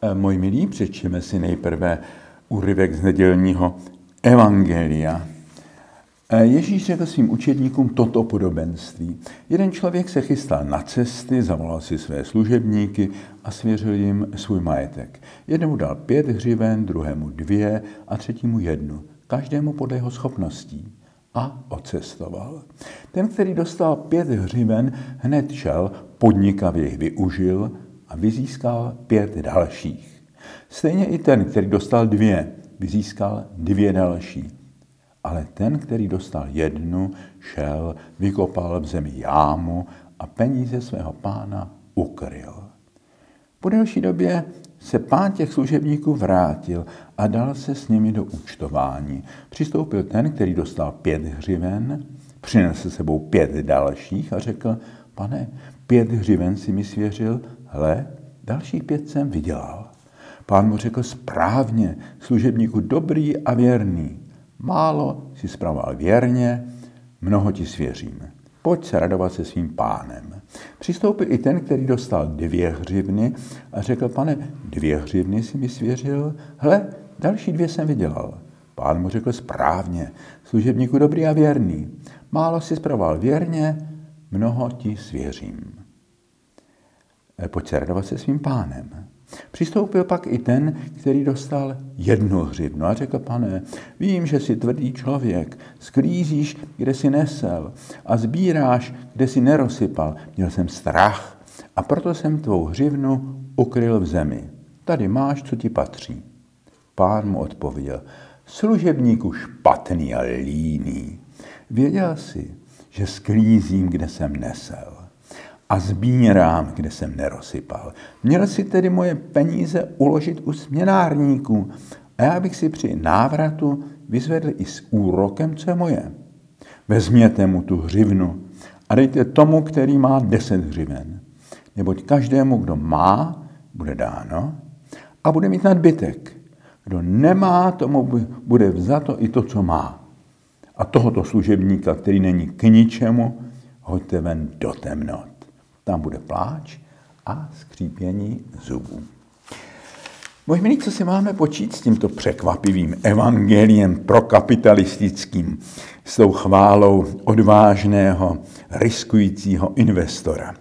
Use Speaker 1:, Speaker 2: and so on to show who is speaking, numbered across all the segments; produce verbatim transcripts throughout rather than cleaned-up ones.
Speaker 1: Moji milí, přečteme si nejprve úryvek z nedělního evangelia. Ježíš řekl svým učedníkům toto podobenství. Jeden člověk se chystal na cesty, zavolal si své služebníky a svěřil jim svůj majetek. Jednomu dal pět hřiven, druhému dvě a třetímu jednu, každému podle jeho schopností. A odcestoval. Ten, který dostal pět hřiven, hned šel, podnikavě jich využil a vyzískal pět dalších. Stejně i ten, který dostal dvě, vyzískal dvě další. Ale ten, který dostal jednu, šel, vykopal v zemi jámu a peníze svého pána ukryl. Po delší době se pán těch služebníků vrátil a dal se s nimi do účtování. Přistoupil ten, který dostal pět hřiven, přinesl sebou pět dalších a řekl: Pane, pět hřiven si mi svěřil, hle, dalších pět jsem vydělal. Pán mu řekl: správně, služebníku dobrý a věrný. Málo si spravoval věrně, mnoho ti svěřím. Pojď se radovat se svým pánem. Přistoupil i ten, který dostal dvě hřivny a řekl: Pane, dvě hřivny si mi svěřil, hle, další dvě jsem vydělal. Pán mu řekl: správně, služebníku dobrý a věrný. Málo si spravoval věrně, mnoho ti svěřím. Pojď se radovat se svým pánem. Přistoupil pak i ten, který dostal jednu hřivnu a řekl: Pane, vím, že jsi tvrdý člověk, sklízíš, kde jsi nesel a sbíráš, kde jsi nerozsypal. Měl jsem strach a proto jsem tvou hřivnu ukryl v zemi. Tady máš, co ti patří. Pán mu odpověděl: služebníku špatný a líný. Věděl jsi, že sklízím, kde jsem nesel a sbírám, kde jsem nerozsypal. Měl si tedy moje peníze uložit u směnárníků a já bych si při návratu vyzvedl i s úrokem, co je moje. Vezměte mu tu hřivnu a dejte tomu, který má deset hřiven. Neboť každému, kdo má, bude dáno a bude mít nadbytek. Kdo nemá, tomu bude vzato i to, co má. A tohoto služebníka, který není k ničemu, hoďte ven do temnot. Tam bude pláč a skřípění zubů. Moji milí, co si máme počít s tímto překvapivým evangeliem prokapitalistickým, s tou chválou odvážného, riskujícího investora?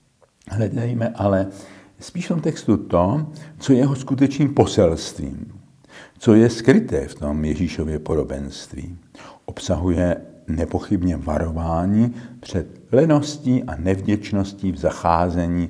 Speaker 1: Hledejme ale spíš v tom textu to, co je jeho skutečným poselstvím, co je skryté v tom Ježíšově podobenství. Obsahuje nepochybně varování před leností a nevděčností v zacházení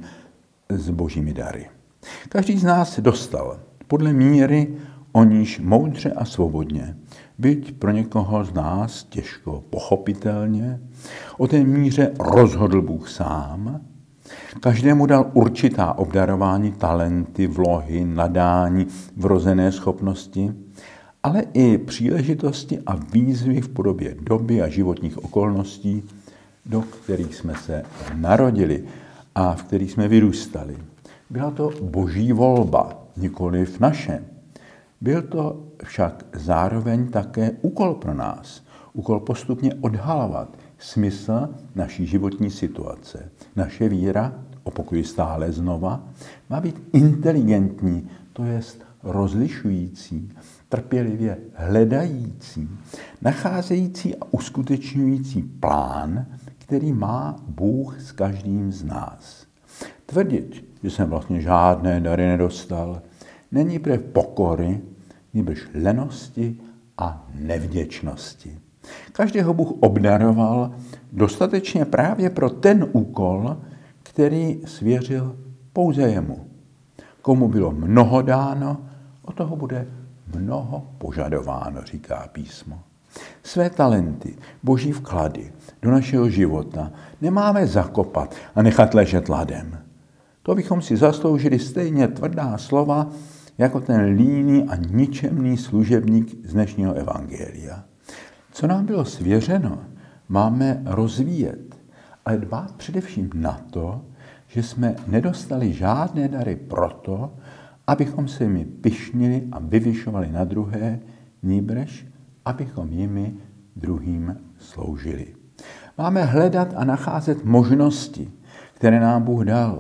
Speaker 1: s božími dary. Každý z nás dostal podle míry, o níž moudře a svobodně, byť pro někoho z nás těžko pochopitelně, o té míře rozhodl Bůh sám. Každému dal určitá obdarování, talenty, vlohy, nadání, vrozené schopnosti, ale i příležitosti a výzvy v podobě doby a životních okolností, do kterých jsme se narodili a v kterých jsme vyrůstali. Byla to boží volba, nikoliv naše. Byl to však zároveň také úkol pro nás. Úkol postupně odhalovat smysl naší životní situace. Naše víra, opakuji stále znova, má být inteligentní, to jest rozlišující, trpělivě hledající, nacházející a uskutečňující plán, který má Bůh s každým z nás. Tvrdit, že jsem vlastně žádné dary nedostal, není projev pokory, nýbrž lenosti a nevděčnosti. Každého Bůh obdaroval dostatečně právě pro ten úkol, který svěřil pouze jemu. Komu bylo mnoho dáno, o toho bude mnoho požadováno, říká písmo. Své talenty, boží vklady do našeho života nemáme zakopat a nechat ležet ladem. To bychom si zasloužili stejně tvrdá slova, jako ten líný a ničemný služebník z dnešního evangelia. Co nám bylo svěřeno, máme rozvíjet, ale dbát především na to, že jsme nedostali žádné dary proto, abychom se jimi pyšnili a vyvyšovali na druhé, nýbrž abychom jimi druhým sloužili. Máme hledat a nacházet možnosti, které nám Bůh dal.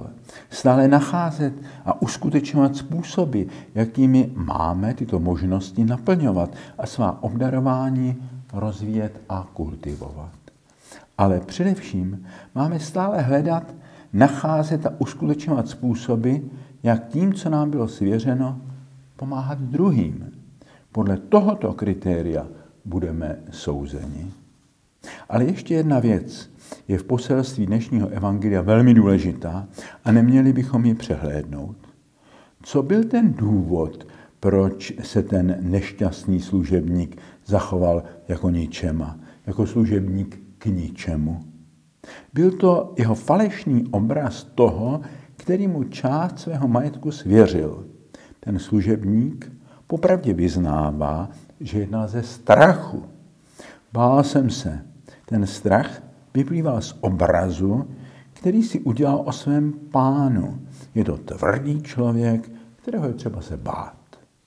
Speaker 1: Stále nacházet a uskutečňovat způsoby, jakými máme tyto možnosti naplňovat a svá obdarování rozvíjet a kultivovat. Ale především máme stále hledat, nacházet a uskutečňovat způsoby, jak tím, co nám bylo svěřeno, pomáhat druhým. Podle tohoto kritéria budeme souzeni. Ale ještě jedna věc je v poselství dnešního evangelia velmi důležitá a neměli bychom ji přehlédnout. Co byl ten důvod, proč se ten nešťastný služebník zachoval jako ničema, jako služebník k ničemu? Byl to jeho falešný obraz toho, který mu část svého majetku svěřil. Ten služebník popravdě vyznává, že jedná ze strachu. Bál jsem se. Ten strach vyplýval z obrazu, který si udělal o svém pánu. Je to tvrdý člověk, kterého je třeba se bát.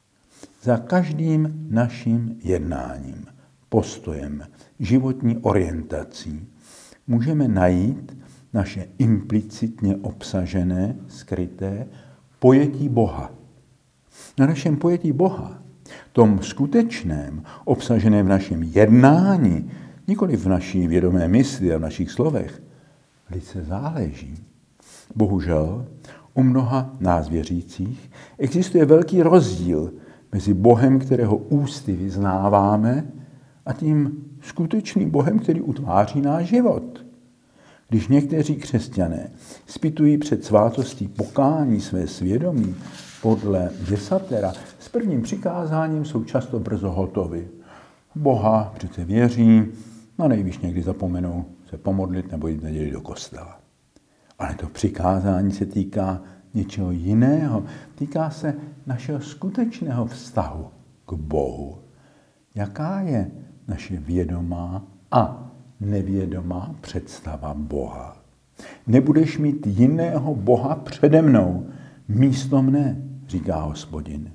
Speaker 1: Za každým naším jednáním, postojem, životní orientací můžeme najít naše implicitně obsažené, skryté pojetí Boha. Na našem pojetí Boha, tom skutečném, obsaženém v našem jednání, nikoli v naší vědomé mysli a v našich slovech, velice záleží. Bohužel, u mnoha nás věřících existuje velký rozdíl mezi Bohem, kterého ústy vyznáváme, a tím skutečným Bohem, který utváří náš život. Když někteří křesťané zpytují před svátostí pokání své svědomí podle desatera, s prvním přikázáním jsou často brzo hotovi. Boha přece věří, na nejvíc někdy zapomenou se pomodlit nebo jít neděli do kostela. Ale to přikázání se týká něčeho jiného. Týká se našeho skutečného vztahu k Bohu. Jaká je naše vědomá a nevědomá představa Boha? Nebudeš mít jiného Boha přede mnou, místo mne, říká Hospodin.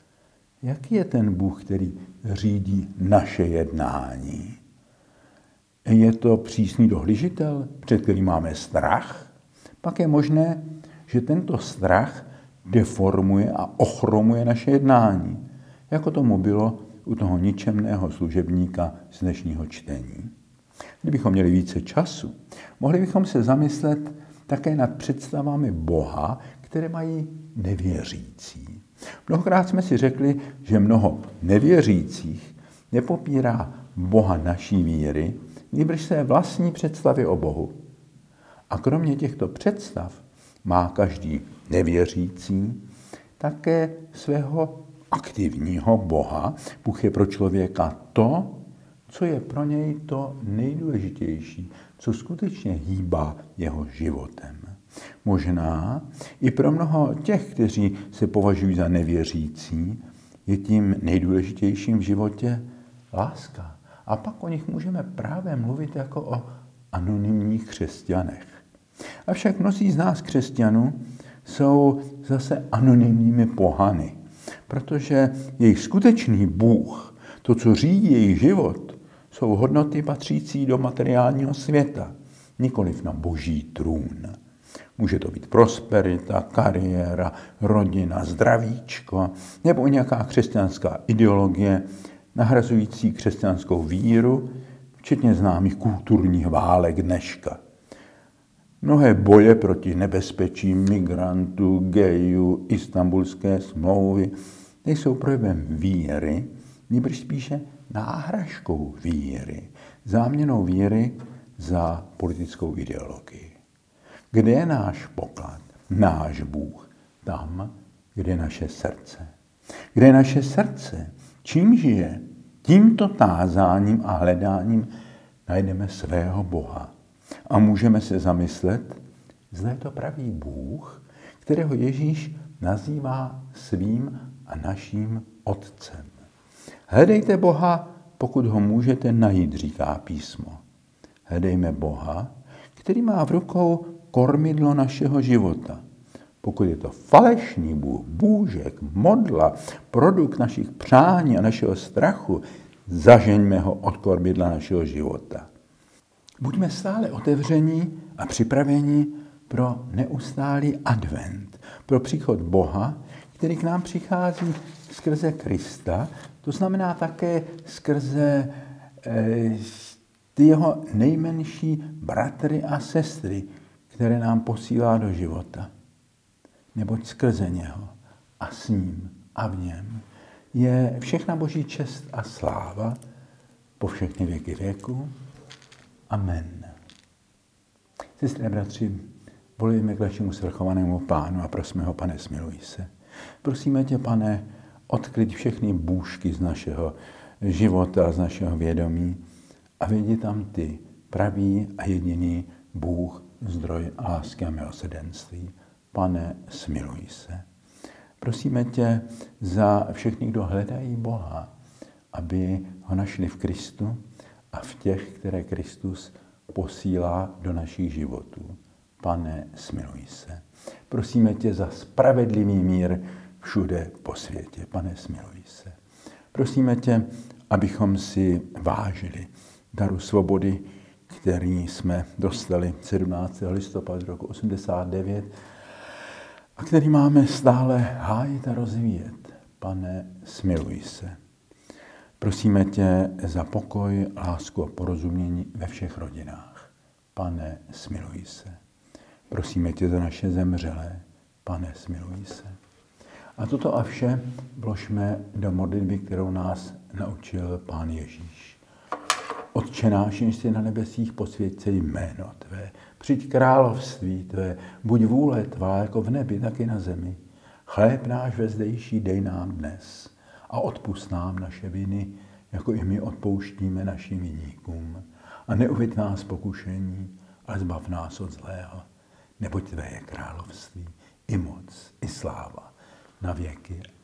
Speaker 1: Jaký je ten Bůh, který řídí naše jednání? Je to přísný dohlížitel, před kterým máme strach? Pak je možné, že tento strach deformuje a ochromuje naše jednání, jako tomu bylo u toho ničemného služebníka z dnešního čtení. Kdybychom měli více času, mohli bychom se zamyslet také nad představami Boha, které mají nevěřící. Mnohokrát jsme si řekli, že mnoho nevěřících nepopírá Boha naší víry, nýbrž své vlastní představy o Bohu. A kromě těchto představ má každý nevěřící také svého aktivního Boha. Bůh je pro člověka to, co je pro něj to nejdůležitější, co skutečně hýbá jeho životem. Možná i pro mnoho těch, kteří se považují za nevěřící, je tím nejdůležitějším v životě láska. A pak o nich můžeme právě mluvit jako o anonymních křesťanech. Avšak mnozí z nás křesťanů jsou zase anonymními pohany, protože jejich skutečný Bůh, to, co řídí jejich život, jsou hodnoty patřící do materiálního světa, nikoliv na boží trůn. Může to být prosperita, kariéra, rodina, zdravíčko, nebo nějaká křesťanská ideologie, nahrazující křesťanskou víru, včetně známých kulturních válek dneška. Mnohé boje proti nebezpečí migrantů, gejů, istanbulské smlouvy nejsou projevem víry, nýbrž spíše náhražkou víry, záměnou víry za politickou ideologii. Kde je náš poklad, náš Bůh? Tam, kde je naše srdce. Kde je naše srdce? Čím žije? Tímto tázáním a hledáním najdeme svého Boha. A můžeme se zamyslet, zda je to pravý Bůh, kterého Ježíš nazývá svým a naším Otcem. Hledejte Boha, pokud ho můžete najít, říká písmo. Hledejme Boha, který má v rukou kormidlo našeho života. Pokud je to falešný Bůh, bůžek, modla, produkt našich přání a našeho strachu, zažeňme ho od kormidla našeho života. Buďme stále otevření a připraveni pro neustálý advent, pro příchod Boha, který k nám přichází skrze Krista, to znamená také skrze eh, ty jeho nejmenší bratry a sestry, které nám posílá do života. Neboť skrze něho a s ním a v něm je všechna boží čest a sláva po všechny věky věku. Amen. Sestry a bratři, volujeme k našemu svrchovanému Pánu a prosíme ho, Pane, smiluj se. Prosíme tě, Pane, odkryť všechny bůžky z našeho života, z našeho vědomí a vědi tam ty, pravý a jediný Bůh, zdroj lásky a milosrdenství. Pane, smiluj se. Prosíme tě za všechny, kdo hledají Boha, aby ho našli v Kristu a v těch, které Kristus posílá do našich životů. Pane, smiluj se. Prosíme tě za spravedlivý mír všude po světě. Pane, smiluj se. Prosíme tě, abychom si vážili daru svobody, který jsme dostali sedmnáctého listopadu roku osmdesát devět a který máme stále hájit a rozvíjet. Pane, smiluj se. Prosíme tě za pokoj, lásku a porozumění ve všech rodinách. Pane, smiluj se. Prosíme tě za naše zemřelé. Pane, smiluj se. A toto a vše vložme do modlitby, kterou nás naučil Pán Ježíš. Otče náš, jenž jsi na nebesích, posvěť se jméno tvé. Přijď království tvé, buď vůle tvá jako v nebi, tak i na zemi. Chléb náš vezdejší dej nám dnes a odpusť nám naše viny, jako i my odpouštíme našim viníkům. A neuveď nás pokušení, ale zbav nás od zlého. Neboť tvé je království, i moc, i sláva, na věky.